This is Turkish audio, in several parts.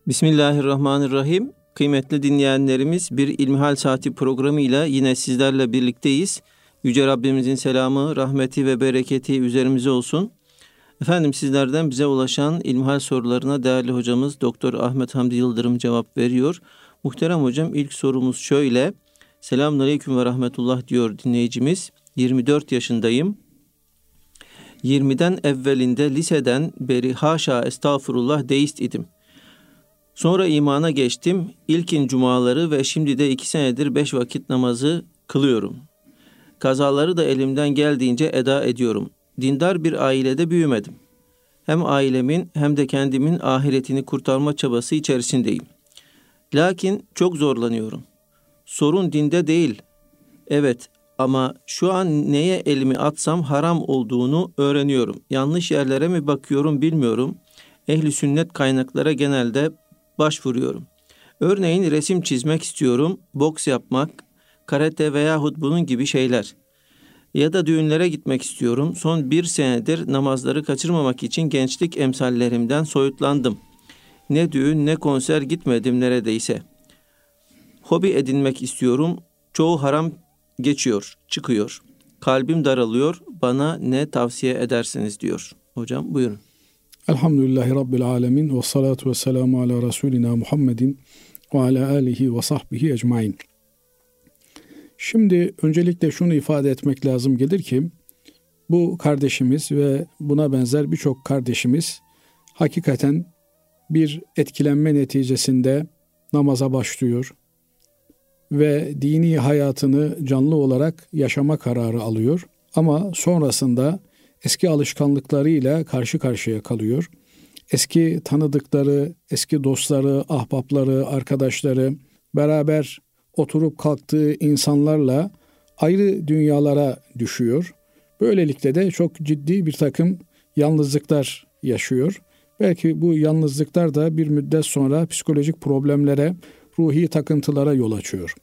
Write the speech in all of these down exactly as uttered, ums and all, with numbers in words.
Bismillahirrahmanirrahim. Kıymetli dinleyenlerimiz, bir İlmihal Saati programıyla yine sizlerle birlikteyiz. Yüce Rabbimizin selamı, rahmeti ve bereketi üzerimize olsun. Efendim, sizlerden bize ulaşan İlmihal sorularına değerli hocamız Doktor Ahmet Hamdi Yıldırım cevap veriyor. Muhterem hocam, ilk sorumuz şöyle. Selamünaleyküm ve rahmetullah diyor dinleyicimiz. yirmi dört yaşındayım. yirmiden evvelinde liseden beri haşa estağfurullah deist idim. Sonra imana geçtim. İlkin cumaları ve şimdi de iki senedir beş vakit namazı kılıyorum. Kazaları da elimden geldiğince eda ediyorum. Dindar bir ailede büyümedim. Hem ailemin hem de kendimin ahiretini kurtarma çabası içerisindeyim. Lakin çok zorlanıyorum. Sorun dinde değil. Evet, ama şu an neye elimi atsam haram olduğunu öğreniyorum. Yanlış yerlere mi bakıyorum bilmiyorum. Ehli sünnet kaynaklara genelde başvuruyorum. Örneğin resim çizmek istiyorum, boks yapmak, karate veyahut bunun gibi şeyler. Ya da düğünlere gitmek istiyorum. Son bir senedir namazları kaçırmamak için gençlik emsallerimden soyutlandım. Ne düğün ne konser gitmedim neredeyse. Hobi edinmek istiyorum. Çoğu haram geçiyor, çıkıyor. Kalbim daralıyor. Bana ne tavsiye edersiniz diyor. Hocam buyurun. Elhamdülillahi Rabbil alemin ve salatu ve selamu ala Resulina Muhammedin ve ala alihi ve sahbihi ecmain. Şimdi öncelikle şunu ifade etmek lazım gelir ki bu kardeşimiz ve buna benzer birçok kardeşimiz hakikaten bir etkilenme neticesinde namaza başlıyor ve dini hayatını canlı olarak yaşama kararı alıyor. Ama sonrasında eski alışkanlıklarıyla karşı karşıya kalıyor. Eski tanıdıkları, eski dostları, ahbapları, arkadaşları, beraber oturup kalktığı insanlarla ayrı dünyalara düşüyor. Böylelikle de çok ciddi bir takım yalnızlıklar yaşıyor. Belki bu yalnızlıklar da bir müddet sonra psikolojik problemlere, ruhi takıntılara yol açıyor.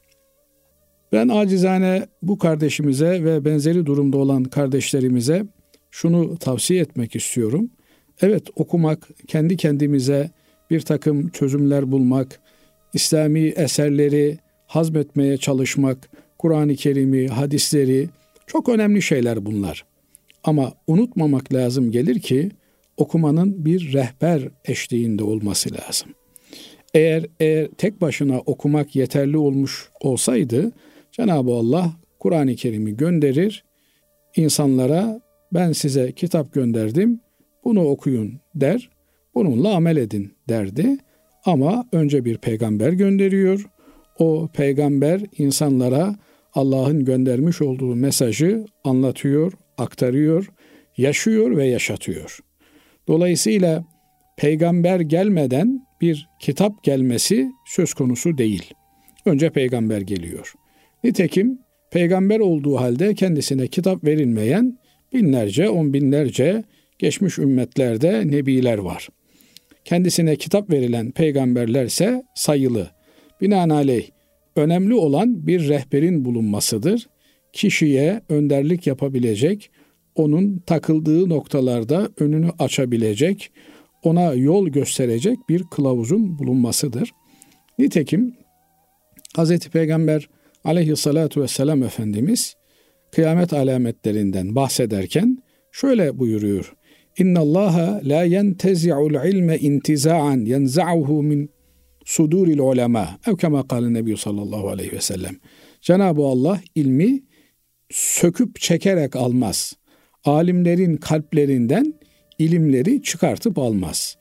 Ben acizane bu kardeşimize ve benzeri durumda olan kardeşlerimize şunu tavsiye etmek istiyorum. Evet, okumak, kendi kendimize bir takım çözümler bulmak, İslami eserleri hazmetmeye çalışmak, Kur'an-ı Kerim'i, hadisleri çok önemli şeyler bunlar. Ama unutmamak lazım gelir ki okumanın bir rehber eşliğinde olması lazım. Eğer, eğer tek başına okumak yeterli olmuş olsaydı Cenab-ı Allah Kur'an-ı Kerim'i gönderir, insanlara ben size kitap gönderdim, bunu okuyun der, bununla amel edin derdi. Ama önce bir peygamber gönderiyor. O peygamber insanlara Allah'ın göndermiş olduğu mesajı anlatıyor, aktarıyor, yaşıyor ve yaşatıyor. Dolayısıyla peygamber gelmeden bir kitap gelmesi söz konusu değil. Önce peygamber geliyor. Nitekim peygamber olduğu halde kendisine kitap verilmeyen binlerce, on binlerce geçmiş ümmetlerde nebiler var. Kendisine kitap verilen peygamberlerse sayılı. Binaenaleyh önemli olan bir rehberin bulunmasıdır. Kişiye önderlik yapabilecek, onun takıldığı noktalarda önünü açabilecek, ona yol gösterecek bir kılavuzun bulunmasıdır. Nitekim Hz. Peygamber aleyhissalatu vesselam Efendimiz kıyamet alametlerinden bahsederken şöyle buyuruyor. İnna Allaha la yentezi'ul ilme intiza'an yenza'uhu min suduril ulema. Ev kema kâle Nebi sallallahu aleyhi ve sellem. Cenab-ı Allah ilmi söküp çekerek almaz. Alimlerin kalplerinden ilimleri çıkartıp almaz.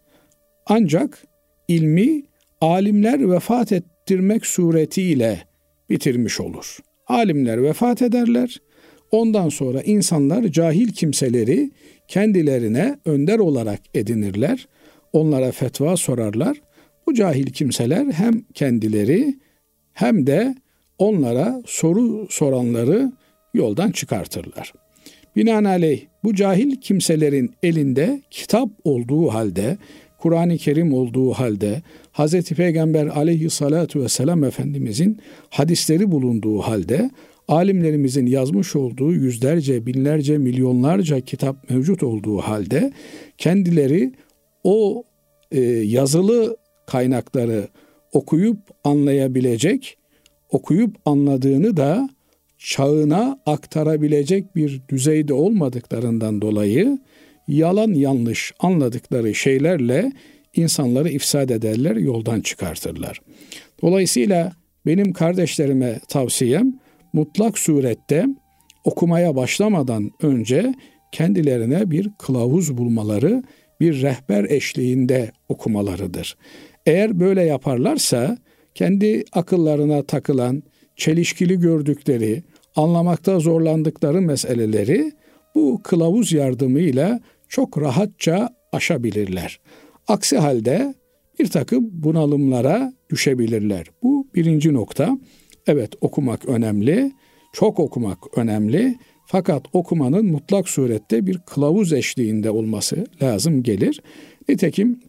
Ancak ilmi alimler vefat ettirmek suretiyle bitirmiş olur. Alimler vefat ederler. Ondan sonra insanlar cahil kimseleri kendilerine önder olarak edinirler. Onlara fetva sorarlar. Bu cahil kimseler hem kendileri hem de onlara soru soranları yoldan çıkartırlar. Binaenaleyh bu cahil kimselerin elinde kitap olduğu halde, Kur'an-ı Kerim olduğu halde, Hz. Peygamber aleyhissalatu vesselam Efendimizin hadisleri bulunduğu halde, alimlerimizin yazmış olduğu yüzlerce, binlerce, milyonlarca kitap mevcut olduğu halde kendileri o e, yazılı kaynakları okuyup anlayabilecek, okuyup anladığını da çağına aktarabilecek bir düzeyde olmadıklarından dolayı yalan yanlış anladıkları şeylerle insanları ifsad ederler, yoldan çıkartırlar. Dolayısıyla benim kardeşlerime tavsiyem mutlak surette okumaya başlamadan önce kendilerine bir kılavuz bulmaları, bir rehber eşliğinde okumalarıdır. Eğer böyle yaparlarsa kendi akıllarına takılan, çelişkili gördükleri, anlamakta zorlandıkları meseleleri bu kılavuz yardımıyla çok rahatça aşabilirler. Aksi halde bir takım bunalımlara düşebilirler. Bu birinci nokta. Evet, okumak önemli, çok okumak önemli. Fakat okumanın mutlak surette bir kılavuz eşliğinde olması lazım gelir. Nitekim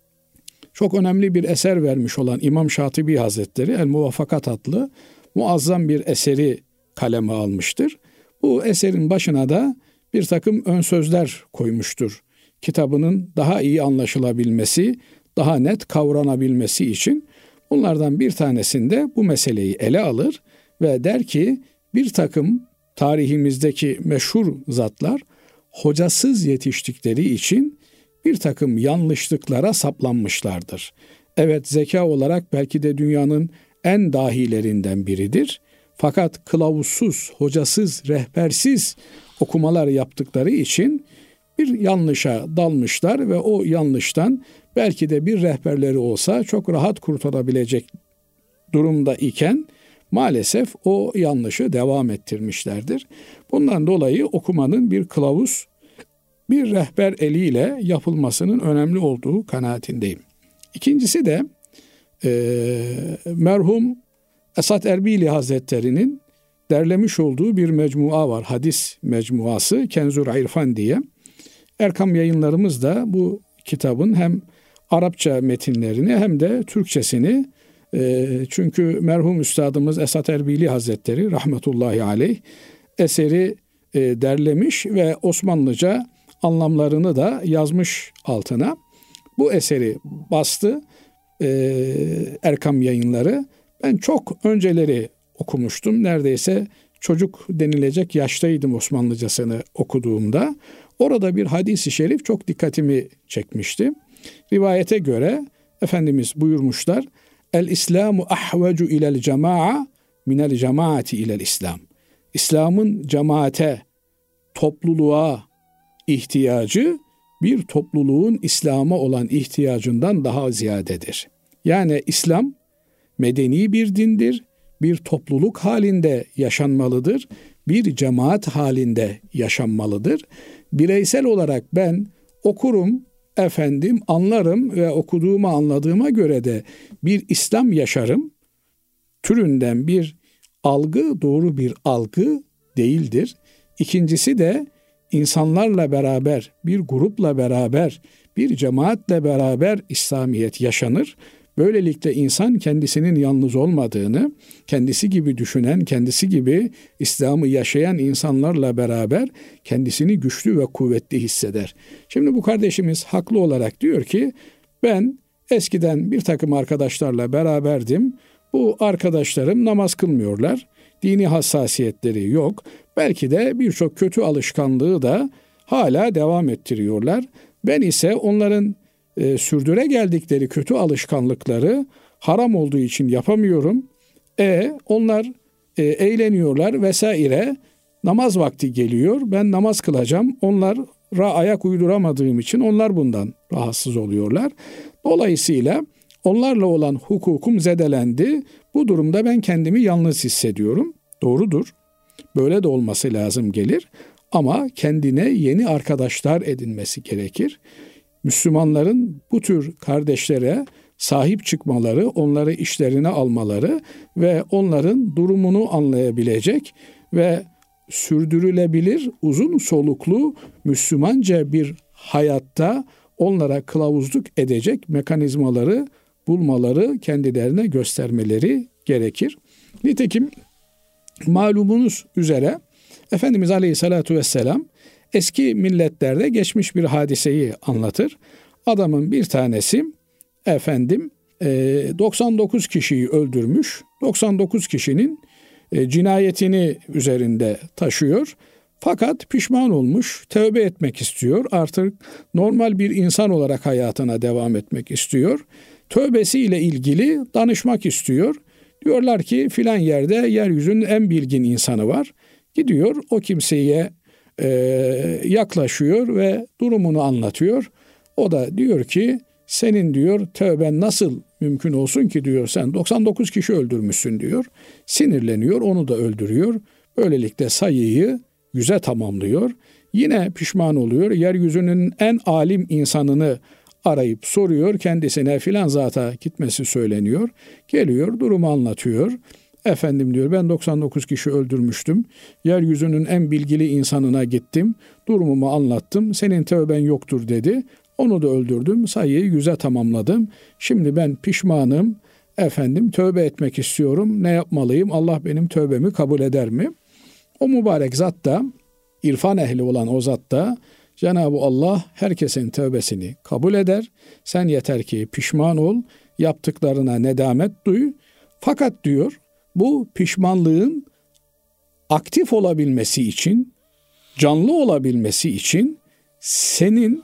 çok önemli bir eser vermiş olan İmam Şatibi Hazretleri El Muvaffakat adlı muazzam bir eseri kaleme almıştır. Bu eserin başına da bir takım ön sözler koymuştur. Kitabının daha iyi anlaşılabilmesi, daha net kavranabilmesi için. Bunlardan bir tanesinde bu meseleyi ele alır ve der ki bir takım tarihimizdeki meşhur zatlar hocasız yetiştikleri için bir takım yanlışlıklara saplanmışlardır. Evet, zeka olarak belki de dünyanın en dahilerinden biridir. Fakat kılavuzsuz, hocasız, rehbersiz okumalar yaptıkları için bir yanlışa dalmışlar ve o yanlıştan belki de bir rehberleri olsa çok rahat kurtarabilecek durumda iken maalesef o yanlışı devam ettirmişlerdir. Bundan dolayı okumanın bir kılavuz, bir rehber eliyle yapılmasının önemli olduğu kanaatindeyim. İkincisi de e, merhum Esat Erbili Hazretleri'nin derlemiş olduğu bir mecmua var. Hadis mecmuası Kenzur İrfan diye. Erkam Yayınlarımız da bu kitabın hem Arapça metinlerini hem de Türkçesini, e, çünkü merhum üstadımız Esat Erbili Hazretleri rahmetullahi aleyh eseri e, derlemiş ve Osmanlıca anlamlarını da yazmış altına. Bu eseri bastı e, Erkam Yayınları. Ben çok önceleri okumuştum. Neredeyse çocuk denilecek yaştaydım Osmanlıcasını okuduğumda. Orada bir hadis-i şerif çok dikkatimi çekmişti. Rivayete göre Efendimiz buyurmuşlar: El İslamu ahvecu ilel cema'a minel cemaati ilel İslam. İslam'ın cemaate, topluluğa ihtiyacı bir topluluğun İslam'a olan ihtiyacından daha ziyadedir. Yani İslam medeni bir dindir, bir topluluk halinde yaşanmalıdır, bir cemaat halinde yaşanmalıdır. Bireysel olarak ben okurum, efendim anlarım ve okuduğuma anladığıma göre de bir İslam yaşarım türünden bir algı doğru bir algı değildir. İkincisi de insanlarla beraber, bir grupla beraber, bir cemaatle beraber İslamiyet yaşanır. Böylelikle insan kendisinin yalnız olmadığını, kendisi gibi düşünen, kendisi gibi İslam'ı yaşayan insanlarla beraber kendisini güçlü ve kuvvetli hisseder. Şimdi bu kardeşimiz haklı olarak diyor ki, ben eskiden bir takım arkadaşlarla beraberdim. Bu arkadaşlarım namaz kılmıyorlar. Dini hassasiyetleri yok. Belki de birçok kötü alışkanlığı da hala devam ettiriyorlar. Ben ise onların e, sürdüre geldikleri kötü alışkanlıkları haram olduğu için yapamıyorum. E onlar e, eğleniyorlar vesaire. Namaz vakti geliyor. Ben namaz kılacağım. Onlara ayak uyduramadığım için onlar bundan rahatsız oluyorlar. Dolayısıyla onlarla olan hukukum zedelendi. Bu durumda ben kendimi yalnız hissediyorum. Doğrudur. Böyle de olması lazım gelir. Ama kendine yeni arkadaşlar edinmesi gerekir. Müslümanların bu tür kardeşlere sahip çıkmaları, onları işlerine almaları ve onların durumunu anlayabilecek ve sürdürülebilir, uzun soluklu Müslümanca bir hayatta onlara kılavuzluk edecek mekanizmaları bulmaları, kendilerine göstermeleri gerekir. Nitekim malumunuz üzere Efendimiz Aleyhisselatü Vesselam eski milletlerde geçmiş bir hadiseyi anlatır. Adamın bir tanesi efendim doksan dokuz kişiyi öldürmüş. doksan dokuz kişinin cinayetini üzerinde taşıyor. Fakat pişman olmuş, tövbe etmek istiyor. Artık normal bir insan olarak hayatına devam etmek istiyor. Tövbesiyle ilgili danışmak istiyor. Diyorlar ki filan yerde yeryüzünün en bilgin insanı var. Gidiyor o kimseye e, yaklaşıyor ve durumunu anlatıyor. O da diyor ki senin diyor tövben nasıl mümkün olsun ki diyor, sen doksan dokuz kişi öldürmüşsün diyor. Sinirleniyor, onu da öldürüyor. Böylelikle sayıyı yüze tamamlıyor. Yine pişman oluyor. Yeryüzünün en alim insanını arayıp soruyor. Kendisine filan zata gitmesi söyleniyor. Geliyor, durumu anlatıyor. Efendim diyor, ben doksan dokuz kişi öldürmüştüm. Yeryüzünün en bilgili insanına gittim. Durumumu anlattım. Senin tövben yoktur dedi. Onu da öldürdüm. Sayıyı yüze tamamladım. Şimdi ben pişmanım. Efendim tövbe etmek istiyorum. Ne yapmalıyım? Allah benim tövbemi kabul eder mi? O mübarek zat da, irfan ehli olan o zat da, Cenab-ı Allah herkesin tövbesini kabul eder. Sen yeter ki pişman ol, yaptıklarına nedamet duy. Fakat diyor, bu pişmanlığın aktif olabilmesi için, canlı olabilmesi için senin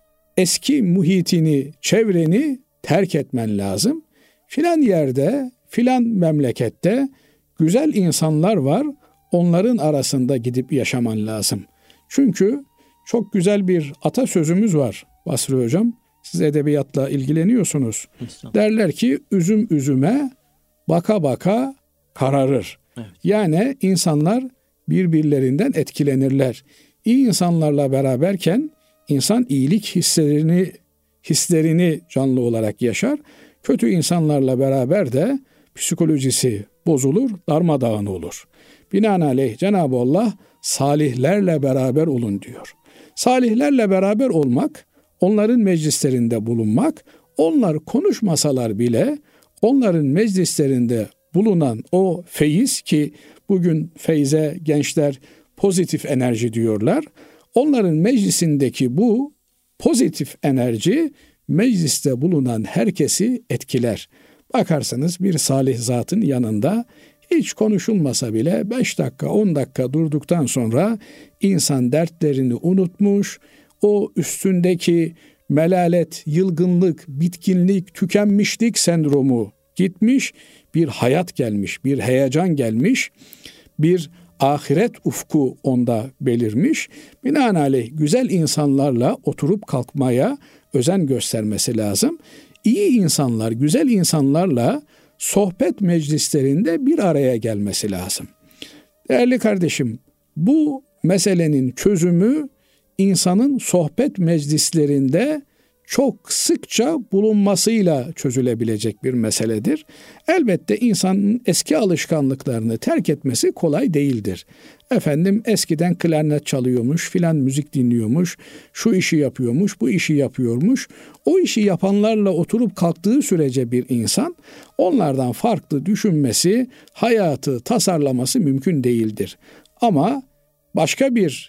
eski muhitini, çevreni terk etmen lazım. Filan yerde, filan memlekette güzel insanlar var. Onların arasında gidip yaşaman lazım. Çünkü çok güzel bir atasözümüz var Basri Hocam. Siz edebiyatla ilgileniyorsunuz. Derler ki üzüm üzüme baka baka kararır. Evet. Yani insanlar birbirlerinden etkilenirler. İyi insanlarla beraberken insan iyilik hislerini hislerini canlı olarak yaşar. Kötü insanlarla beraber de psikolojisi bozulur, darmadağın olur. Binaenaleyh Cenab-ı Allah salihlerle beraber olun diyor. Salihlerle beraber olmak, onların meclislerinde bulunmak, onlar konuşmasalar bile onların meclislerinde bulunan o feyiz, ki bugün feyze gençler pozitif enerji diyorlar. Onların meclisindeki bu pozitif enerji mecliste bulunan herkesi etkiler. Bakarsanız bir salih zatın yanında hiç konuşulmasa bile beş dakika on dakika durduktan sonra insan dertlerini unutmuş, o üstündeki melalet, yılgınlık, bitkinlik, tükenmişlik sendromu gitmiş, bir hayat gelmiş, bir heyecan gelmiş, bir ahiret ufku onda belirmiş. Binaenaleyh güzel insanlarla oturup kalkmaya özen göstermesi lazım. İyi insanlar, güzel insanlarla sohbet meclislerinde bir araya gelmesi lazım. Değerli kardeşim, bu meselenin çözümü insanın sohbet meclislerinde çok sıkça bulunmasıyla çözülebilecek bir meseledir. Elbette insanın eski alışkanlıklarını terk etmesi kolay değildir. Efendim eskiden klarnet çalıyormuş, filan müzik dinliyormuş, şu işi yapıyormuş, bu işi yapıyormuş. O işi yapanlarla oturup kalktığı sürece bir insan onlardan farklı düşünmesi, hayatı tasarlaması mümkün değildir. Ama başka bir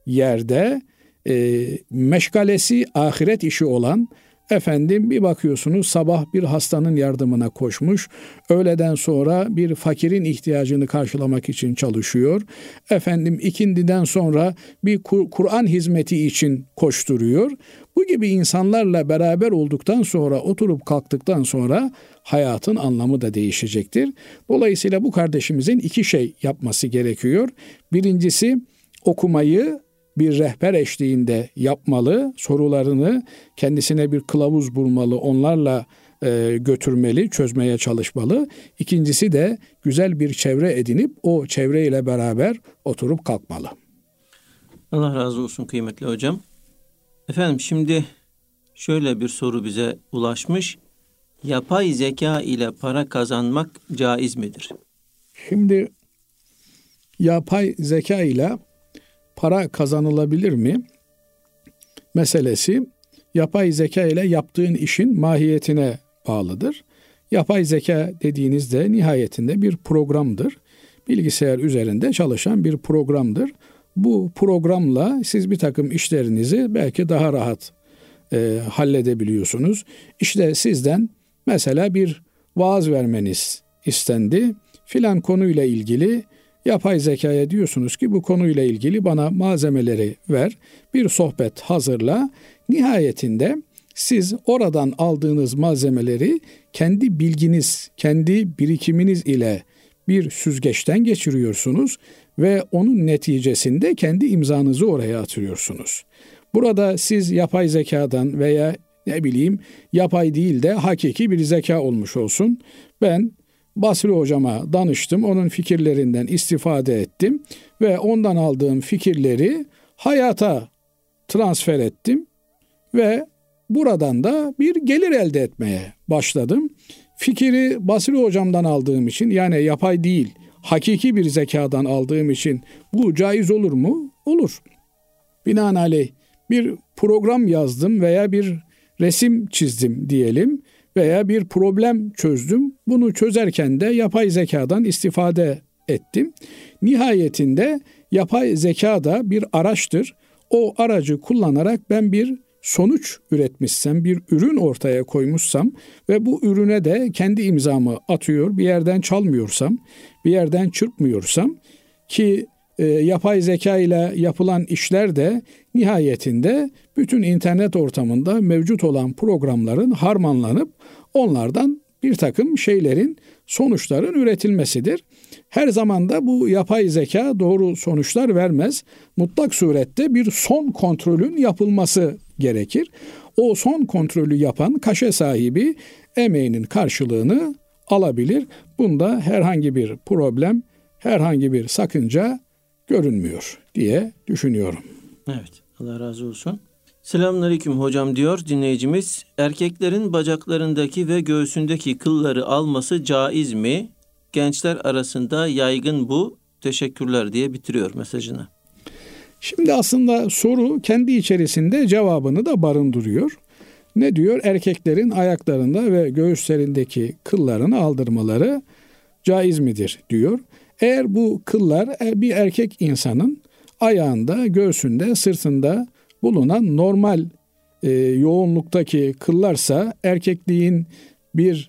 yerde E, meşgalesi ahiret işi olan, efendim bir bakıyorsunuz sabah bir hastanın yardımına koşmuş, öğleden sonra bir fakirin ihtiyacını karşılamak için çalışıyor, efendim ikindiden sonra bir Kur- Kur'an hizmeti için koşturuyor. Bu gibi insanlarla beraber olduktan sonra, oturup kalktıktan sonra hayatın anlamı da değişecektir. Dolayısıyla bu kardeşimizin iki şey yapması gerekiyor. Birincisi, okumayı bir rehber eşliğinde yapmalı, sorularını kendisine bir kılavuz bulmalı, onlarla e, götürmeli, çözmeye çalışmalı. İkincisi de güzel bir çevre edinip o çevreyle beraber oturup kalkmalı. Allah razı olsun kıymetli hocam. Efendim şimdi şöyle bir soru bize ulaşmış. Yapay zeka ile para kazanmak caiz midir? Şimdi yapay zeka ile para kazanılabilir mi meselesi yapay zeka ile yaptığın işin mahiyetine bağlıdır. Yapay zeka dediğinizde nihayetinde bir programdır. Bilgisayar üzerinde çalışan bir programdır. Bu programla siz bir takım işlerinizi belki daha rahat e, halledebiliyorsunuz. İşte sizden Mesela bir vaaz vermeniz istendi. Filan konuyla ilgili yapay zekaya diyorsunuz ki bu konuyla ilgili bana malzemeleri ver. Bir sohbet hazırla. Nihayetinde siz oradan aldığınız malzemeleri kendi bilginiz, kendi birikiminiz ile bir süzgeçten geçiriyorsunuz ve onun neticesinde kendi imzanızı oraya atıyorsunuz. Burada siz yapay zekadan veya ne bileyim yapay değil de hakiki bir zeka olmuş olsun. Ben Basri hocama danıştım, onun fikirlerinden istifade ettim ve ondan aldığım fikirleri hayata transfer ettim ve buradan da bir gelir elde etmeye başladım. Fikri Basri hocamdan aldığım için, yani yapay değil, hakiki bir zekadan aldığım için bu caiz olur mu? Olur. Binaenaleyh bir program yazdım veya bir resim çizdim diyelim veya bir problem çözdüm. Bunu çözerken de yapay zekadan istifade ettim. Nihayetinde yapay zeka da bir araçtır. O aracı kullanarak ben bir sonuç üretmişsem, bir ürün ortaya koymuşsam ve bu ürüne de kendi imzamı atıyor, bir yerden çalmıyorsam, bir yerden çırpmıyorsam ki e, yapay zeka ile yapılan işler de nihayetinde bütün internet ortamında mevcut olan programların harmanlanıp onlardan bir takım şeylerin, sonuçların üretilmesidir. Her zaman da bu yapay zeka doğru sonuçlar vermez. Mutlak surette bir son kontrolün yapılması gerekir. O son kontrolü yapan kaşe sahibi emeğinin karşılığını alabilir. Bunda herhangi bir problem, herhangi bir sakınca görünmüyor diye düşünüyorum. Evet, Allah razı olsun. Selamünaleyküm hocam diyor dinleyicimiz. Erkeklerin bacaklarındaki ve göğsündeki kılları alması caiz mi? Gençler arasında yaygın bu. Teşekkürler diye bitiriyor mesajını. Şimdi aslında soru kendi içerisinde cevabını da barındırıyor. Ne diyor? Erkeklerin ayaklarında ve göğüslerindeki kıllarını aldırmaları caiz midir diyor. Eğer bu kıllar bir erkek insanın ayağında, göğsünde, sırtında bulunan normal e, yoğunluktaki kıllarsa, erkekliğin bir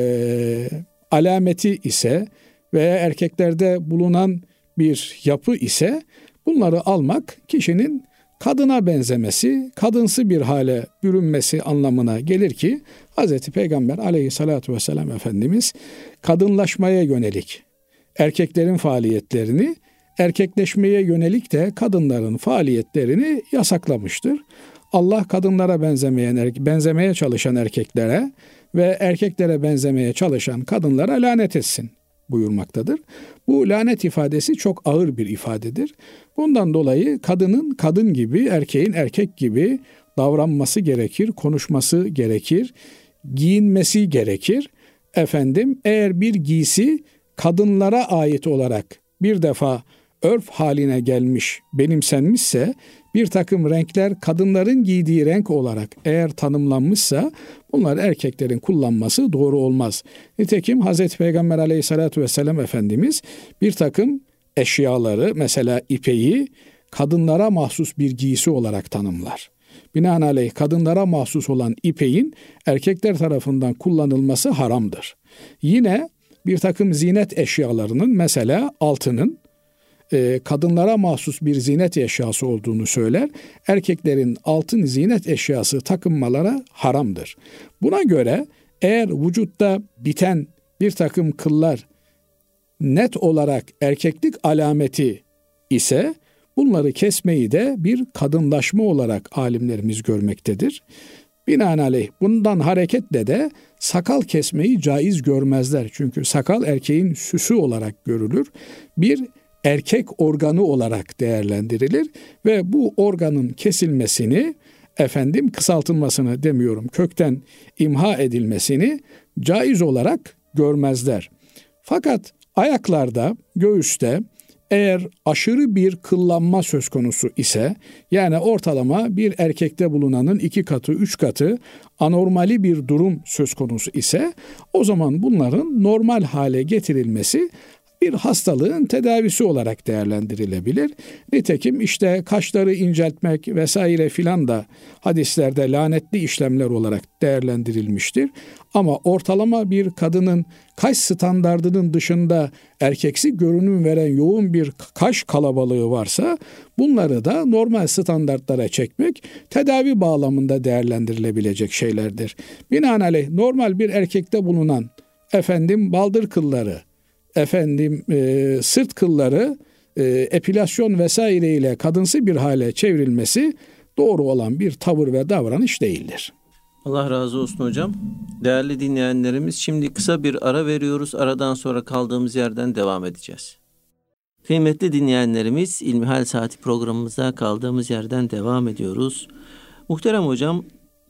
e, alameti ise veya erkeklerde bulunan bir yapı ise bunları almak kişinin kadına benzemesi, kadınsı bir hale bürünmesi anlamına gelir ki Hz. Peygamber aleyhissalatu vesselam Efendimiz kadınlaşmaya yönelik erkeklerin faaliyetlerini, erkekleşmeye yönelik de kadınların faaliyetlerini yasaklamıştır. Allah kadınlara benzemeyen, benzemeye çalışan erkeklere ve erkeklere benzemeye çalışan kadınlara lanet etsin buyurmaktadır. Bu lanet ifadesi çok ağır bir ifadedir. Bundan dolayı kadının kadın gibi, erkeğin erkek gibi davranması gerekir, konuşması gerekir, giyinmesi gerekir. Efendim, eğer bir giysi kadınlara ait olarak bir defa örf haline gelmiş, benimsenmişse, bir takım renkler kadınların giydiği renk olarak eğer tanımlanmışsa bunlar erkeklerin kullanması doğru olmaz. Nitekim Hazreti Peygamber aleyhissalatu vesselam Efendimiz bir takım eşyaları, mesela ipeği kadınlara mahsus bir giysi olarak tanımlar. Binaenaleyh kadınlara mahsus olan ipeğin erkekler tarafından kullanılması haramdır. Yine bir takım zinet eşyalarının, mesela altının kadınlara mahsus bir zinet eşyası olduğunu söyler. Erkeklerin altın zinet eşyası takınmaları haramdır. Buna göre eğer vücutta biten bir takım kıllar net olarak erkeklik alameti ise bunları kesmeyi de bir kadınlaşma olarak alimlerimiz görmektedir. Binaenaleyh bundan hareketle de sakal kesmeyi caiz görmezler. Çünkü sakal erkeğin süsü olarak görülür. Bir erkek organı olarak değerlendirilir ve bu organın kesilmesini, efendim kısaltılmasını demiyorum, kökten imha edilmesini caiz olarak görmezler. Fakat ayaklarda, göğüste eğer aşırı bir kıllanma söz konusu ise, yani ortalama bir erkekte bulunanın iki katı, üç katı anormali bir durum söz konusu ise, o zaman bunların normal hale getirilmesi bir hastalığın tedavisi olarak değerlendirilebilir. Nitekim işte kaşları inceltmek vesaire filan da hadislerde lanetli işlemler olarak değerlendirilmiştir. Ama ortalama bir kadının kaş standardının dışında erkeksi görünüm veren yoğun bir kaş kalabalığı varsa bunları da normal standartlara çekmek tedavi bağlamında değerlendirilebilecek şeylerdir. Binaenaleyh normal bir erkekte bulunan efendim baldır kılları, efendim e, sırt kılları e, epilasyon vesaire ile kadınsı bir hale çevrilmesi doğru olan bir tavır ve davranış değildir. Allah razı olsun hocam. Değerli dinleyenlerimiz, şimdi kısa bir ara veriyoruz. Aradan sonra kaldığımız yerden devam edeceğiz. Kıymetli dinleyenlerimiz, İlmihal Saati programımıza kaldığımız yerden devam ediyoruz. Muhterem hocam,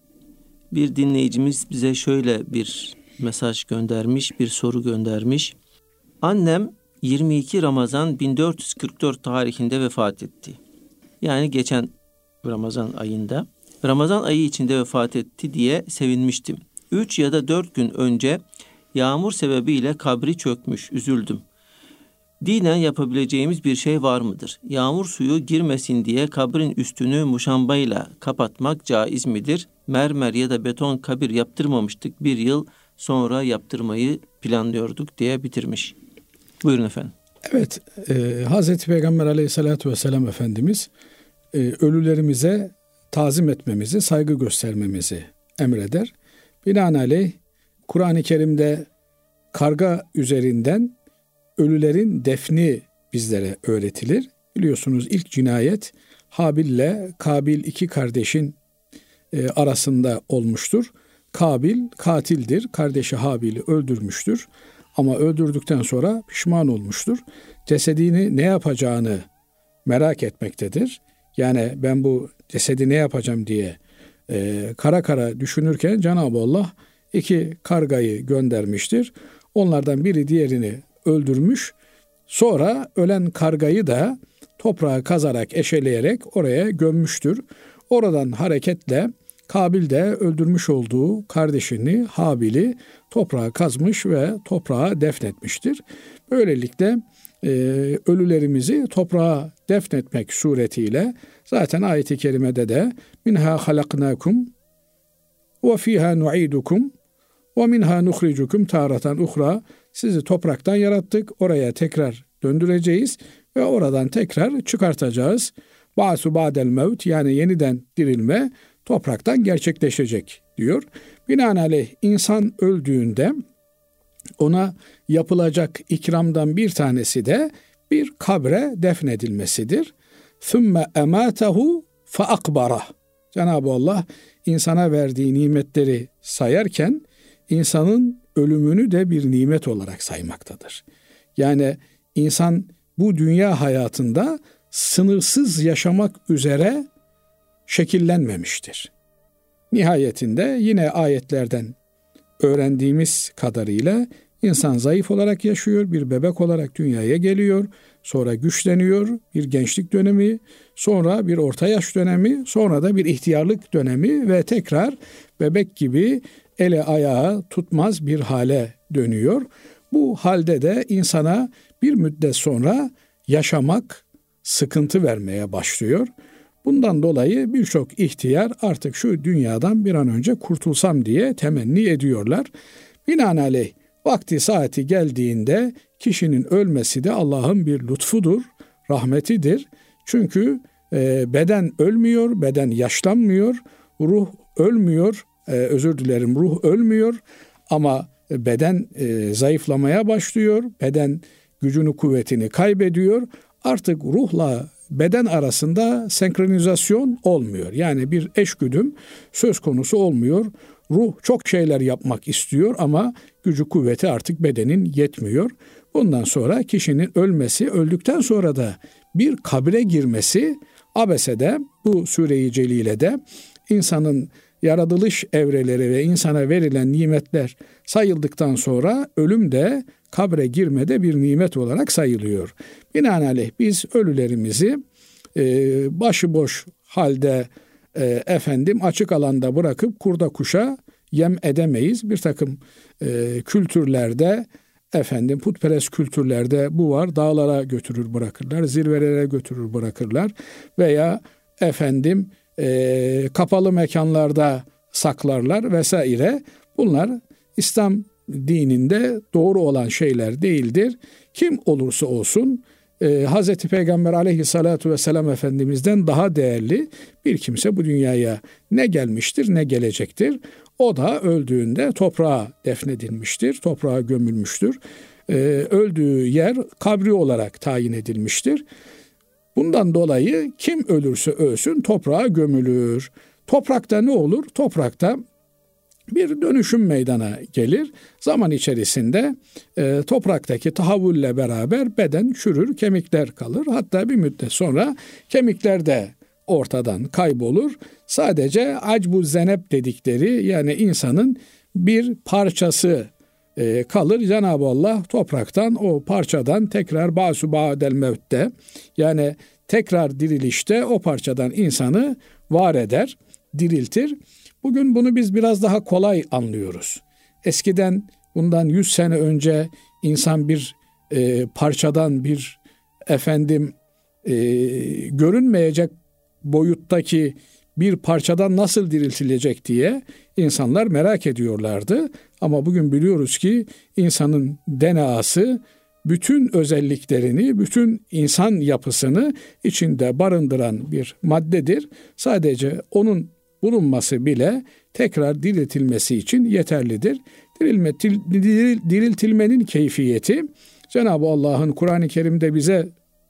bir dinleyicimiz bize şöyle bir mesaj göndermiş, bir soru göndermiş. Annem yirmi iki Ramazan bin dört yüz kırk dört tarihinde vefat etti. Yani geçen Ramazan ayında. Ramazan ayı içinde vefat etti diye sevinmiştim. Üç ya da dört gün önce yağmur sebebiyle kabri çökmüş, üzüldüm. Dinen yapabileceğimiz bir şey var mıdır? Yağmur suyu girmesin diye kabrin üstünü muşambayla kapatmak caiz midir? Mermer ya da beton kabir yaptırmamıştık, bir yıl sonra yaptırmayı planlıyorduk diye bitirmiş. Buyurun efendim. Evet, e, Hazreti Peygamber Aleyhisselatü Vesselam Efendimiz e, ölülerimize tazim etmemizi, saygı göstermemizi emreder. Binaenaleyh Kur'an-ı Kerim'de karga üzerinden ölülerin defni bizlere öğretilir. Biliyorsunuz ilk cinayet Habil ile Kabil iki kardeşin e, arasında olmuştur. Kabil katildir, kardeşi Habil'i öldürmüştür. Ama öldürdükten sonra pişman olmuştur. Cesedini ne yapacağını merak etmektedir. Yani ben bu cesedi ne yapacağım diye e, kara kara düşünürken Cenab-ı Allah iki kargayı göndermiştir. Onlardan biri diğerini öldürmüş. Sonra ölen kargayı da toprağa kazarak, eşeleyerek oraya gömmüştür. Oradan hareketle Kabil de öldürmüş olduğu kardeşini Habil'i toprağa kazmış ve toprağa defnetmiştir. Böylelikle e, ölülerimizi toprağa defnetmek suretiyle zaten ayet-i kerimede de minha halaknakum ve fiha nu'idukum ve minha nukhrijukum taratan uhra, sizi topraktan yarattık, oraya tekrar döndüreceğiz ve oradan tekrar çıkartacağız. Ba'su ba'del mevt, yani yeniden dirilme topraktan gerçekleşecek diyor. Binaenaleyh insan öldüğünde ona yapılacak ikramdan bir tanesi de bir kabre defnedilmesidir. ثُمَّ اَمَاتَهُ فَاَقْبَرَهُ. Cenab-ı Allah insana verdiği nimetleri sayarken insanın ölümünü de bir nimet olarak saymaktadır. Yani insan bu dünya hayatında sınırsız yaşamak üzere şekillenmemiştir. Nihayetinde yine ayetlerden öğrendiğimiz kadarıyla insan zayıf olarak yaşıyor, bir bebek olarak dünyaya geliyor, sonra güçleniyor, bir gençlik dönemi, sonra bir orta yaş dönemi, sonra da bir ihtiyarlık dönemi ve tekrar bebek gibi ele ayağı tutmaz bir hale dönüyor. Bu halde de insana bir müddet sonra yaşamak sıkıntı vermeye başlıyor. Bundan dolayı birçok ihtiyar artık şu dünyadan bir an önce kurtulsam diye temenni ediyorlar. Binaenaleyh vakti saati geldiğinde kişinin ölmesi de Allah'ın bir lütfudur, rahmetidir. Çünkü e, beden ölmüyor, beden yaşlanmıyor, ruh ölmüyor, e, özür dilerim ruh ölmüyor ama beden e, zayıflamaya başlıyor, beden gücünü kuvvetini kaybediyor. Artık ruhla beden arasında senkronizasyon olmuyor. Yani bir eşgüdüm söz konusu olmuyor. Ruh çok şeyler yapmak istiyor ama gücü kuvveti artık bedenin yetmiyor. Bundan sonra kişinin ölmesi, öldükten sonra da bir kabre girmesi, Abese'de bu Sure-i Celile'de insanın yaratılış evreleri ve insana verilen nimetler sayıldıktan sonra ölüm de kabre girmede bir nimet olarak sayılıyor. Binaenaleyh biz ölülerimizi e, başıboş halde e, efendim açık alanda bırakıp kurda kuşa yem edemeyiz. Bir takım e, kültürlerde efendim putperest kültürlerde bu var. Dağlara götürür bırakırlar, zirvelere götürür bırakırlar veya efendim e, kapalı mekanlarda saklarlar vesaire. Bunlar İslam dininde doğru olan şeyler değildir. Kim olursa olsun e, Hazreti Peygamber aleyhissalatu vesselam Efendimiz'den daha değerli bir kimse bu dünyaya ne gelmiştir ne gelecektir. O da öldüğünde toprağa defnedilmiştir, toprağa gömülmüştür. E, öldüğü yer kabri olarak tayin edilmiştir. Bundan dolayı kim ölürse ölsün toprağa gömülür. Toprakta ne olur? Toprakta bir dönüşüm meydana gelir. Zaman içerisinde e, topraktaki tahavvülle beraber beden çürür, kemikler kalır. Hatta bir müddet sonra kemikler de ortadan kaybolur. Sadece acbu zenep dedikleri yani insanın bir parçası e, kalır. Cenab-ı Allah topraktan o parçadan tekrar ba'su ba'del mevtte yani tekrar dirilişte o parçadan insanı var eder, diriltir. Bugün bunu biz biraz daha kolay anlıyoruz. Eskiden bundan yüz sene önce insan bir e, parçadan bir efendim e, görünmeyecek boyuttaki bir parçadan nasıl diriltilecek diye insanlar merak ediyorlardı. Ama bugün biliyoruz ki insanın D N A'sı bütün özelliklerini, bütün insan yapısını içinde barındıran bir maddedir. Sadece onun bulunması bile tekrar diriltilmesi için yeterlidir. Dirilme, diril, diriltilmenin keyfiyeti Cenab-ı Allah'ın Kur'an-ı Kerim'de bize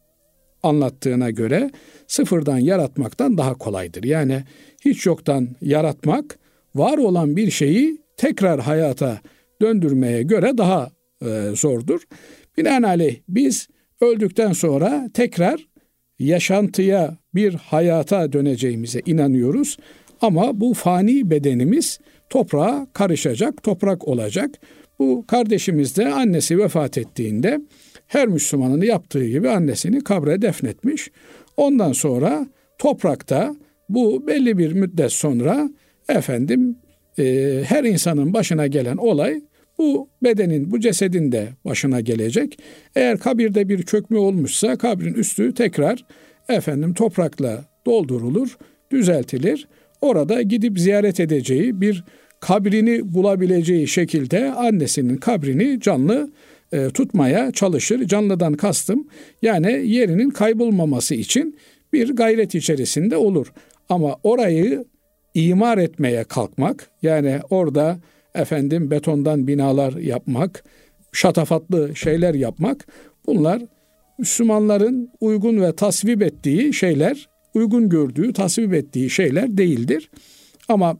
anlattığına göre sıfırdan yaratmaktan daha kolaydır. Yani hiç yoktan yaratmak var olan bir şeyi tekrar hayata döndürmeye göre daha e, zordur. Binaenaleyh biz öldükten sonra tekrar yaşantıya bir hayata döneceğimize inanıyoruz. Ama bu fani bedenimiz toprağa karışacak, toprak olacak. Bu kardeşimiz de annesi vefat ettiğinde her Müslümanın yaptığı gibi annesini kabre defnetmiş. Ondan sonra toprakta bu belli bir müddet sonra efendim e, her insanın başına gelen olay bu bedenin, bu cesedin de başına gelecek. Eğer kabirde bir çökme olmuşsa kabrin üstü tekrar efendim toprakla doldurulur, düzeltilir. Orada gidip ziyaret edeceği bir kabrini bulabileceği şekilde annesinin kabrini canlı e, tutmaya çalışır. Canlıdan kastım yani yerinin kaybolmaması için bir gayret içerisinde olur. Ama orayı imar etmeye kalkmak yani orada efendim betondan binalar yapmak, şatafatlı şeyler yapmak bunlar Müslümanların uygun ve tasvip ettiği şeyler, uygun gördüğü, tasvip ettiği şeyler değildir. Ama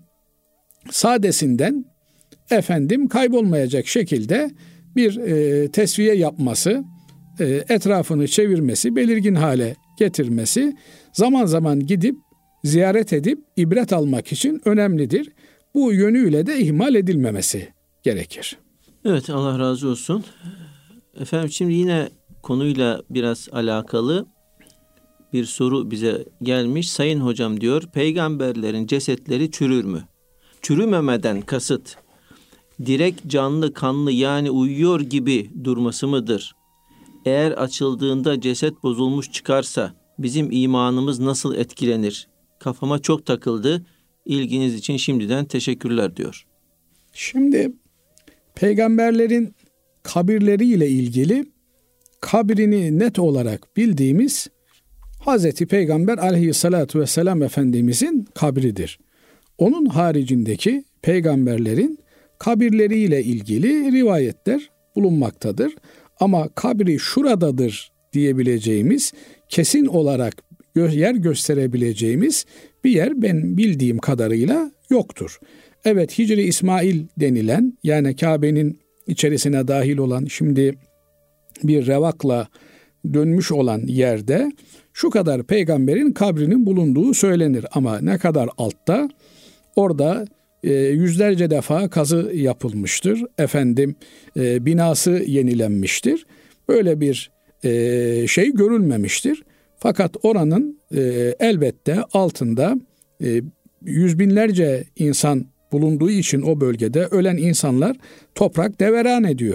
sadesinden efendim kaybolmayacak şekilde bir e, tesviye yapması, e, etrafını çevirmesi, belirgin hale getirmesi, zaman zaman gidip ziyaret edip ibret almak için önemlidir. Bu yönüyle de ihmal edilmemesi gerekir. Evet, Allah razı olsun. Efendim şimdi yine konuyla biraz alakalı bir soru bize gelmiş. Sayın hocam diyor, peygamberlerin cesetleri çürür mü? Çürümemeden kasıt direkt canlı kanlı yani uyuyor gibi durması mıdır? Eğer açıldığında ceset bozulmuş çıkarsa bizim imanımız nasıl etkilenir? Kafama çok takıldı. İlginiz için şimdiden teşekkürler diyor. Şimdi peygamberlerin kabirleriyle ilgili kabrini net olarak bildiğimiz Hazreti Peygamber aleyhissalatu vesselam Efendimizin kabridir. Onun haricindeki peygamberlerin kabirleriyle ilgili rivayetler bulunmaktadır. Ama kabri şuradadır diyebileceğimiz, kesin olarak yer gösterebileceğimiz bir yer ben bildiğim kadarıyla yoktur. Evet, Hicri İsmail denilen yani Kabe'nin içerisine dahil olan şimdi bir revakla dönmüş olan yerde şu kadar peygamberin kabrinin bulunduğu söylenir. Ama ne kadar altta orada e, yüzlerce defa kazı yapılmıştır. Efendim e, binası yenilenmiştir. Böyle bir e, şey görülmemiştir. Fakat oranın e, elbette altında e, yüz binlerce insan bulunduğu için o bölgede ölen insanlar toprak deveran ediyor.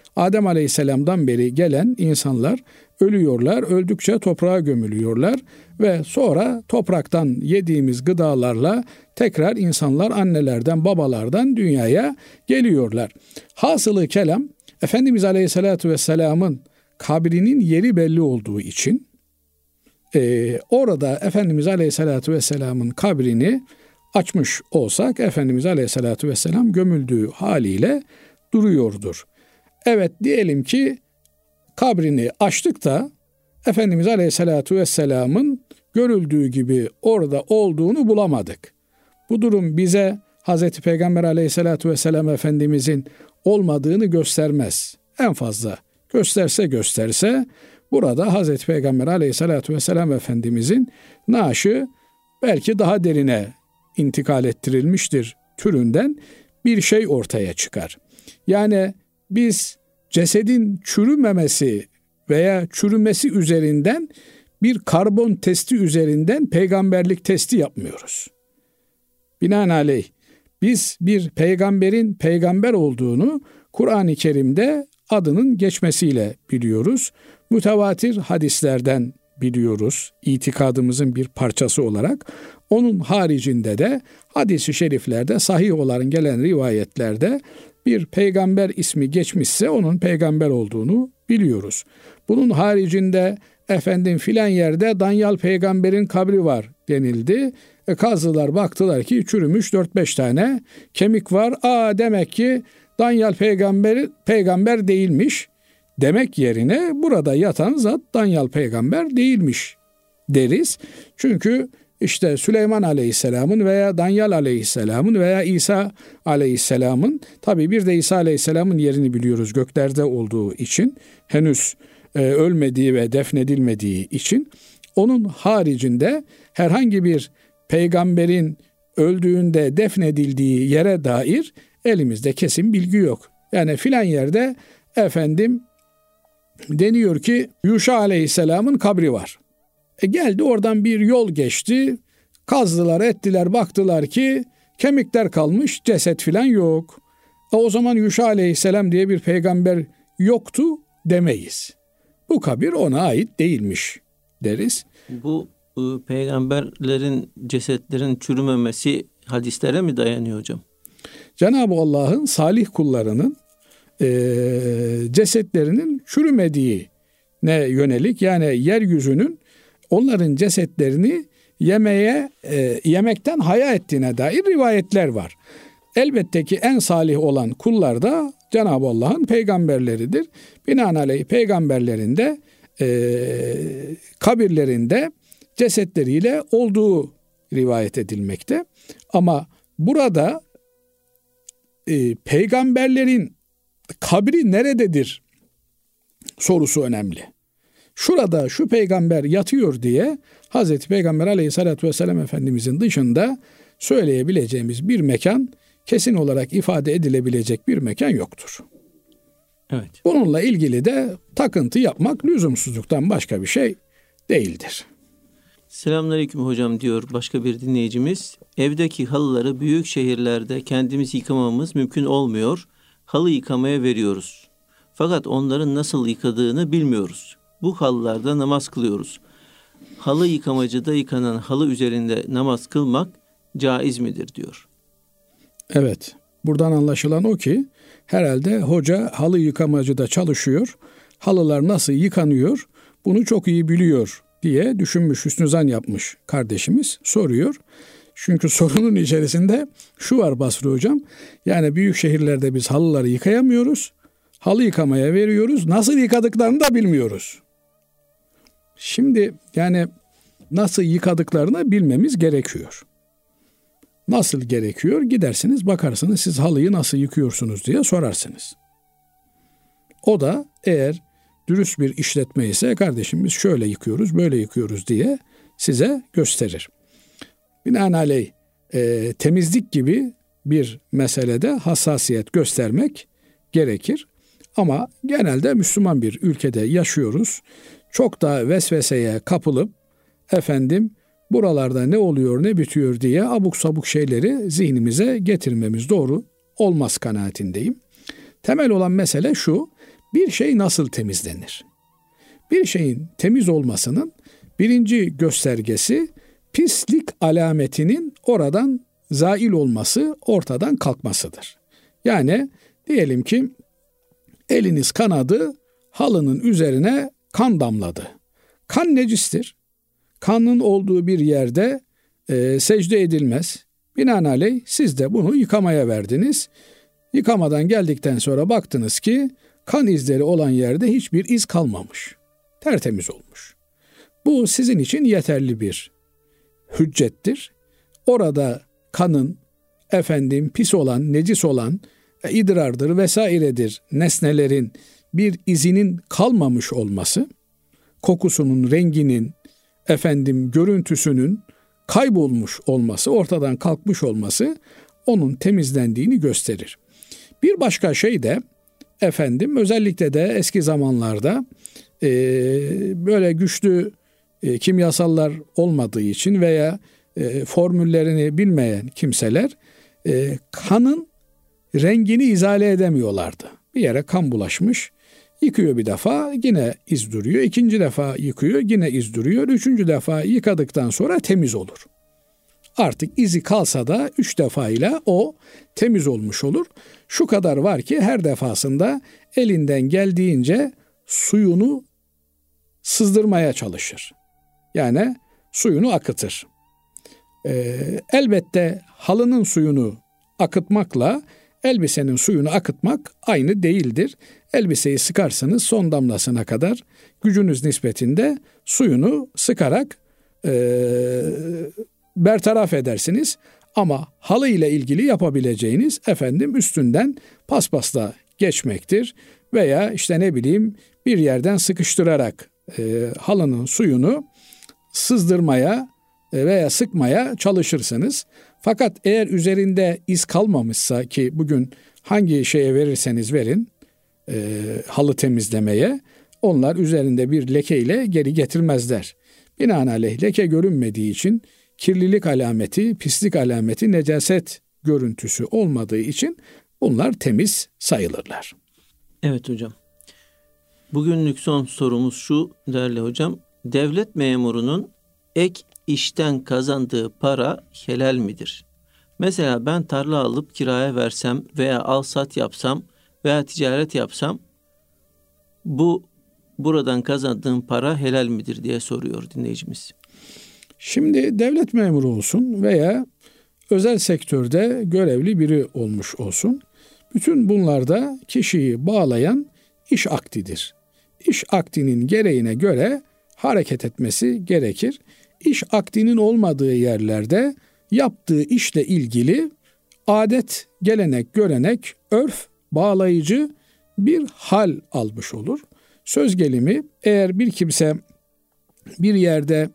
Adem Aleyhisselam'dan beri gelen insanlar ölüyorlar, öldükçe toprağa gömülüyorlar ve sonra topraktan yediğimiz gıdalarla tekrar insanlar annelerden, babalardan dünyaya geliyorlar. Hasılı kelam, Efendimiz Aleyhisselatü Vesselam'ın kabrinin yeri belli olduğu için e, orada Efendimiz Aleyhisselatü Vesselam'ın kabrini açmış olsak Efendimiz Aleyhisselatü Vesselam gömüldüğü haliyle duruyordur. Evet, diyelim ki kabrini açtık da Efendimiz Aleyhisselatü Vesselam'ın görüldüğü gibi orada olduğunu bulamadık. Bu durum bize Hazreti Peygamber Aleyhisselatü Vesselam Efendimizin olmadığını göstermez. En fazla gösterse gösterse burada Hazreti Peygamber Aleyhisselatü Vesselam Efendimizin naaşı belki daha derine intikal ettirilmiştir türünden bir şey ortaya çıkar. Yani biz cesedin çürümemesi veya çürümesi üzerinden bir karbon testi üzerinden peygamberlik testi yapmıyoruz. Binaenaleyh biz bir peygamberin peygamber olduğunu Kur'an-ı Kerim'de adının geçmesiyle biliyoruz. Mütevatir hadislerden biliyoruz, itikadımızın bir parçası olarak. Onun haricinde de hadis-i şeriflerde, sahih olan gelen rivayetlerde bir peygamber ismi geçmişse onun peygamber olduğunu biliyoruz. Bunun haricinde efendim filan yerde Danyal peygamberin kabri var denildi. E, kazılar baktılar ki çürümüş dört beş tane kemik var. Aa, demek ki Danyal peygamber peygamber değilmiş. Demek yerine burada yatan zat Danyal peygamber değilmiş deriz. Çünkü işte Süleyman Aleyhisselam'ın veya Danyal Aleyhisselam'ın veya İsa Aleyhisselam'ın, tabi bir de İsa Aleyhisselam'ın yerini biliyoruz göklerde olduğu için, henüz e, ölmediği ve defnedilmediği için, onun haricinde herhangi bir peygamberin öldüğünde defnedildiği yere dair elimizde kesin bilgi yok. Yani filan yerde efendim deniyor ki Yuşa Aleyhisselam'ın kabri var. E geldi oradan bir yol geçti. Kazdılar ettiler, baktılar ki kemikler kalmış, ceset filan yok. E o zaman Yuşa Aleyhisselam diye bir peygamber yoktu demeyiz. Bu kabir ona ait değilmiş deriz. Bu e, peygamberlerin cesetlerin çürümemesi hadislere mi dayanıyor hocam? Cenab-ı Allah'ın salih kullarının e, cesetlerinin çürümediğine yönelik, yani yeryüzünün onların cesetlerini yemeye, e, yemekten haya ettiğine dair rivayetler var. Elbette ki en salih olan kullar da Cenab-ı Allah'ın peygamberleridir. Binaenaleyh peygamberlerin de e, kabirlerinde cesetleriyle olduğu rivayet edilmekte. Ama burada e, peygamberlerin kabri nerededir sorusu önemli. Şurada şu peygamber yatıyor diye Hazreti Peygamber Aleyhisselatü Vesselam Efendimizin dışında söyleyebileceğimiz bir mekan, kesin olarak ifade edilebilecek bir mekan yoktur. Evet. Bununla ilgili de takıntı yapmak lüzumsuzluktan başka bir şey değildir. Selamünaleyküm hocam diyor başka bir dinleyicimiz. Evdeki halıları büyük şehirlerde kendimiz yıkamamız mümkün olmuyor. Halı yıkamaya veriyoruz. Fakat onların nasıl yıkadığını bilmiyoruz. Bu halılarda namaz kılıyoruz. Halı yıkamacıda yıkanan halı üzerinde namaz kılmak caiz midir diyor. Evet. Buradan anlaşılan o ki herhalde hoca halı yıkamacıda çalışıyor. Halılar nasıl yıkanıyor bunu çok iyi biliyor diye düşünmüş, hüsnüzan yapmış kardeşimiz soruyor. Çünkü sorunun içerisinde şu var Basri hocam. Yani büyük şehirlerde biz halıları yıkayamıyoruz. Halı yıkamaya veriyoruz. Nasıl yıkadıklarını da bilmiyoruz. Şimdi yani nasıl yıkadıklarını bilmemiz gerekiyor. Nasıl gerekiyor? Gidersiniz bakarsınız siz halıyı nasıl yıkıyorsunuz diye sorarsınız. O da eğer dürüst bir işletme ise kardeşim biz şöyle yıkıyoruz, böyle yıkıyoruz diye size gösterir. Binaenaleyh e, temizlik gibi bir meselede hassasiyet göstermek gerekir. Ama genelde Müslüman bir ülkede yaşıyoruz. Çok da vesveseye kapılıp efendim buralarda ne oluyor ne bitiyor diye abuk sabuk şeyleri zihnimize getirmemiz doğru olmaz kanaatindeyim. Temel olan mesele şu: bir şey nasıl temizlenir? Bir şeyin temiz olmasının birinci göstergesi pislik alametinin oradan zail olması, ortadan kalkmasıdır. Yani diyelim ki eliniz kanadı, halının üzerine kan damladı. Kan necistir. Kanın olduğu bir yerde e, secde edilmez. Binaenaleyh siz de bunu yıkamaya verdiniz. Yıkamadan geldikten sonra baktınız ki kan izleri olan yerde hiçbir iz kalmamış. Tertemiz olmuş. Bu sizin için yeterli bir hüccettir. Orada kanın efendim pis olan, necis olan, idrardır vesairedir nesnelerin bir izinin kalmamış olması, kokusunun, renginin, efendim görüntüsünün kaybolmuş olması, ortadan kalkmış olması onun temizlendiğini gösterir. Bir başka şey de efendim özellikle de eski zamanlarda e, böyle güçlü e, kimyasallar olmadığı için veya e, formüllerini bilmeyen kimseler e, kanın rengini izale edemiyorlardı. Bir yere kan bulaşmış, yıkıyor bir defa yine iz duruyor, ikinci defa yıkıyor yine iz duruyor, üçüncü defa yıkadıktan sonra temiz olur. Artık izi kalsa da üç defa ile o temiz olmuş olur. Şu kadar var ki her defasında elinden geldiğince suyunu sızdırmaya çalışır. Yani suyunu akıtır. Ee, elbette halının suyunu akıtmakla elbisenin suyunu akıtmak aynı değildir. Elbiseyi sıkarsanız son damlasına kadar gücünüz nispetinde suyunu sıkarak e, bertaraf edersiniz. Ama halı ile ilgili yapabileceğiniz efendim üstünden paspasla geçmektir. Veya işte ne bileyim bir yerden sıkıştırarak e, halının suyunu sızdırmaya veya sıkmaya çalışırsınız. Fakat eğer üzerinde iz kalmamışsa ki bugün hangi şeye verirseniz verin e, halı temizlemeye onlar üzerinde bir lekeyle geri getirmezler. Binaenaleyh leke görünmediği için kirlilik alameti, pislik alameti, necaset görüntüsü olmadığı için bunlar temiz sayılırlar. Evet hocam. Bugünlük son sorumuz şu değerli hocam. Devlet memurunun ek işten kazandığı para helal midir? Mesela ben tarla alıp kiraya versem veya al sat yapsam veya ticaret yapsam bu buradan kazandığım para helal midir diye soruyor dinleyicimiz. Şimdi devlet memuru olsun veya özel sektörde görevli biri olmuş olsun. Bütün bunlarda kişiyi bağlayan iş akdidir. İş akdinin gereğine göre hareket etmesi gerekir. İş akdinin olmadığı yerlerde yaptığı işle ilgili adet, gelenek, görenek, örf bağlayıcı bir hal almış olur. Söz gelimi eğer bir kimse bir yerde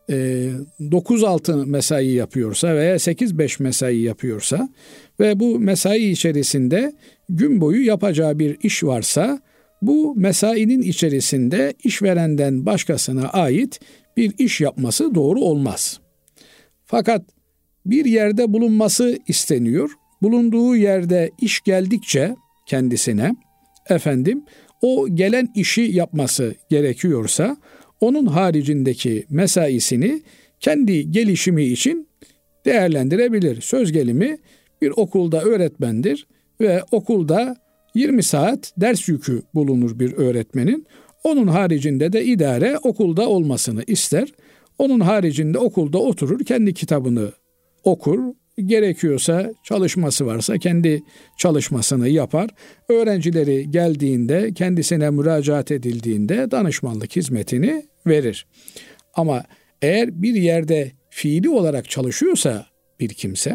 dokuz altı mesai yapıyorsa veya sekiz beş mesai yapıyorsa ve bu mesai içerisinde gün boyu yapacağı bir iş varsa bu mesainin içerisinde işverenden başkasına ait bir iş yapması doğru olmaz. Fakat bir yerde bulunması isteniyor. Bulunduğu yerde iş geldikçe kendisine efendim o gelen işi yapması gerekiyorsa onun haricindeki mesaisini kendi gelişimi için değerlendirebilir. Söz gelimi bir okulda öğretmendir ve okulda yirmi saat ders yükü bulunur bir öğretmenin. Onun haricinde de idare okulda olmasını ister. Onun haricinde okulda oturur, kendi kitabını okur. Gerekiyorsa çalışması varsa kendi çalışmasını yapar. Öğrencileri geldiğinde, kendisine müracaat edildiğinde danışmanlık hizmetini verir. Ama eğer bir yerde fiili olarak çalışıyorsa bir kimse,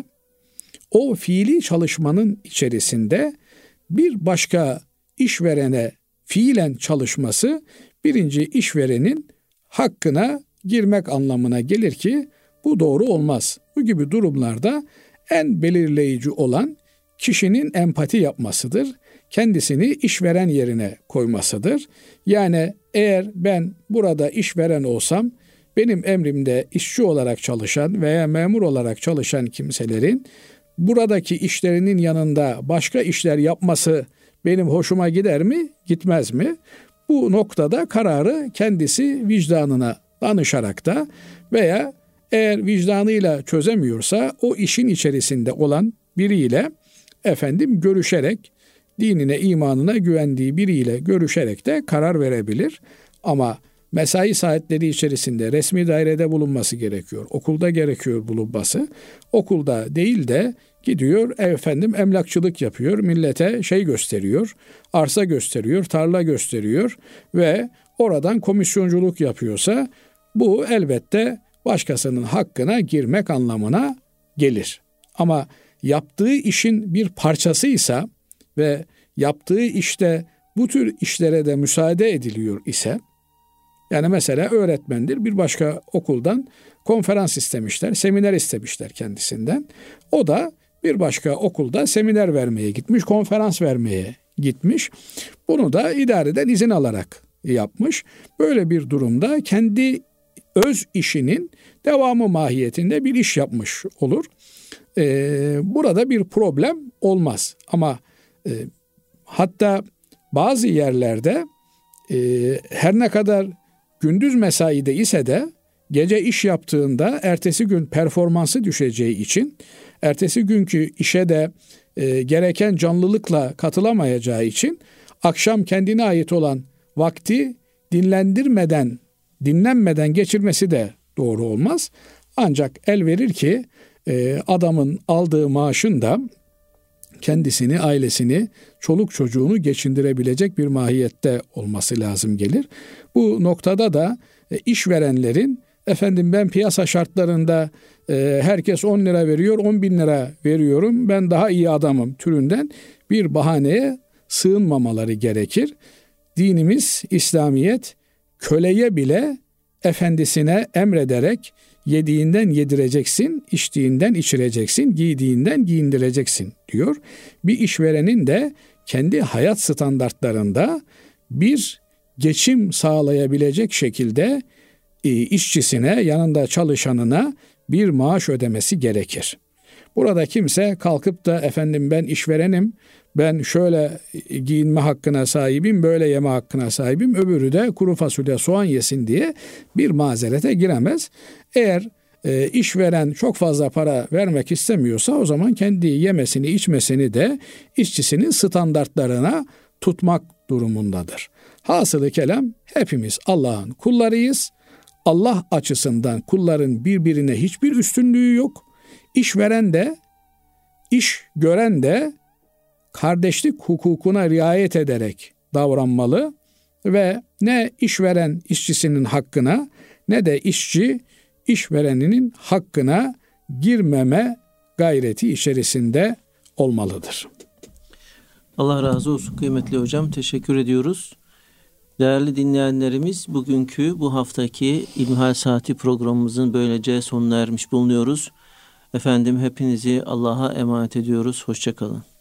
o fiili çalışmanın içerisinde bir başka işverene fiilen çalışması birinci işverenin hakkına girmek anlamına gelir ki bu doğru olmaz. Bu gibi durumlarda en belirleyici olan kişinin empati yapmasıdır. Kendisini işveren yerine koymasıdır. Yani eğer ben burada işveren olsam benim emrimde işçi olarak çalışan veya memur olarak çalışan kimselerin buradaki işlerinin yanında başka işler yapması benim hoşuma gider mi, gitmez mi? Bu noktada kararı kendisi vicdanına danışarak da veya eğer vicdanıyla çözemiyorsa o işin içerisinde olan biriyle efendim görüşerek, dinine, imanına güvendiği biriyle görüşerek de karar verebilir. Ama mesai saatleri içerisinde resmi dairede bulunması gerekiyor. Okulda gerekiyor bulunması. Okulda değil de gidiyor efendim emlakçılık yapıyor. Millete şey gösteriyor. Arsa gösteriyor, tarla gösteriyor ve oradan komisyonculuk yapıyorsa bu elbette başkasının hakkına girmek anlamına gelir. Ama yaptığı işin bir parçasıysa ve yaptığı işte bu tür işlere de müsaade ediliyor ise, yani mesela öğretmendir, bir başka okuldan konferans istemişler, seminer istemişler kendisinden. O da bir başka okulda seminer vermeye gitmiş, konferans vermeye gitmiş. Bunu da idareden izin alarak yapmış. Böyle bir durumda kendi öz işinin devamı mahiyetinde bir iş yapmış olur. Ee, burada bir problem olmaz. Ama e, hatta bazı yerlerde e, her ne kadar gündüz mesaide ise de gece iş yaptığında ertesi gün performansı düşeceği için, ertesi günkü işe de e, gereken canlılıkla katılamayacağı için akşam kendine ait olan vakti dinlendirmeden, dinlenmeden geçirmesi de doğru olmaz. Ancak el verir ki e, adamın aldığı maaşın da kendisini, ailesini, çoluk çocuğunu geçindirebilecek bir mahiyette olması lazım gelir. Bu noktada da e, işverenlerin efendim ben piyasa şartlarında e, herkes on lira veriyor, on bin lira veriyorum, ben daha iyi adamım türünden bir bahaneye sığınmamaları gerekir. Dinimiz, İslamiyet köleye bile efendisine emrederek yediğinden yedireceksin, içtiğinden içireceksin, giydiğinden giyindireceksin diyor. Bir işverenin de kendi hayat standartlarında bir geçim sağlayabilecek şekilde e, işçisine, yanında çalışanına bir maaş ödemesi gerekir. Burada kimse kalkıp da efendim ben işverenim, ben şöyle giyinme hakkına sahibim, böyle yeme hakkına sahibim, öbürü de kuru fasulye soğan yesin diye bir mazerete giremez. Eğer e, işveren çok fazla para vermek istemiyorsa o zaman kendi yemesini, içmesini de işçisinin standartlarına tutmak durumundadır. Hasılı kelam hepimiz Allah'ın kullarıyız. Allah açısından kulların birbirine hiçbir üstünlüğü yok. İşveren de, iş gören de kardeşlik hukukuna riayet ederek davranmalı ve ne işveren işçisinin hakkına ne de işçi işvereninin hakkına girmeme gayreti içerisinde olmalıdır. Allah razı olsun kıymetli hocam. Teşekkür ediyoruz. Değerli dinleyenlerimiz, bugünkü bu haftaki İlmihal Saati programımızın böylece sonuna ermiş bulunuyoruz. Efendim hepinizi Allah'a emanet ediyoruz. Hoşça kalın.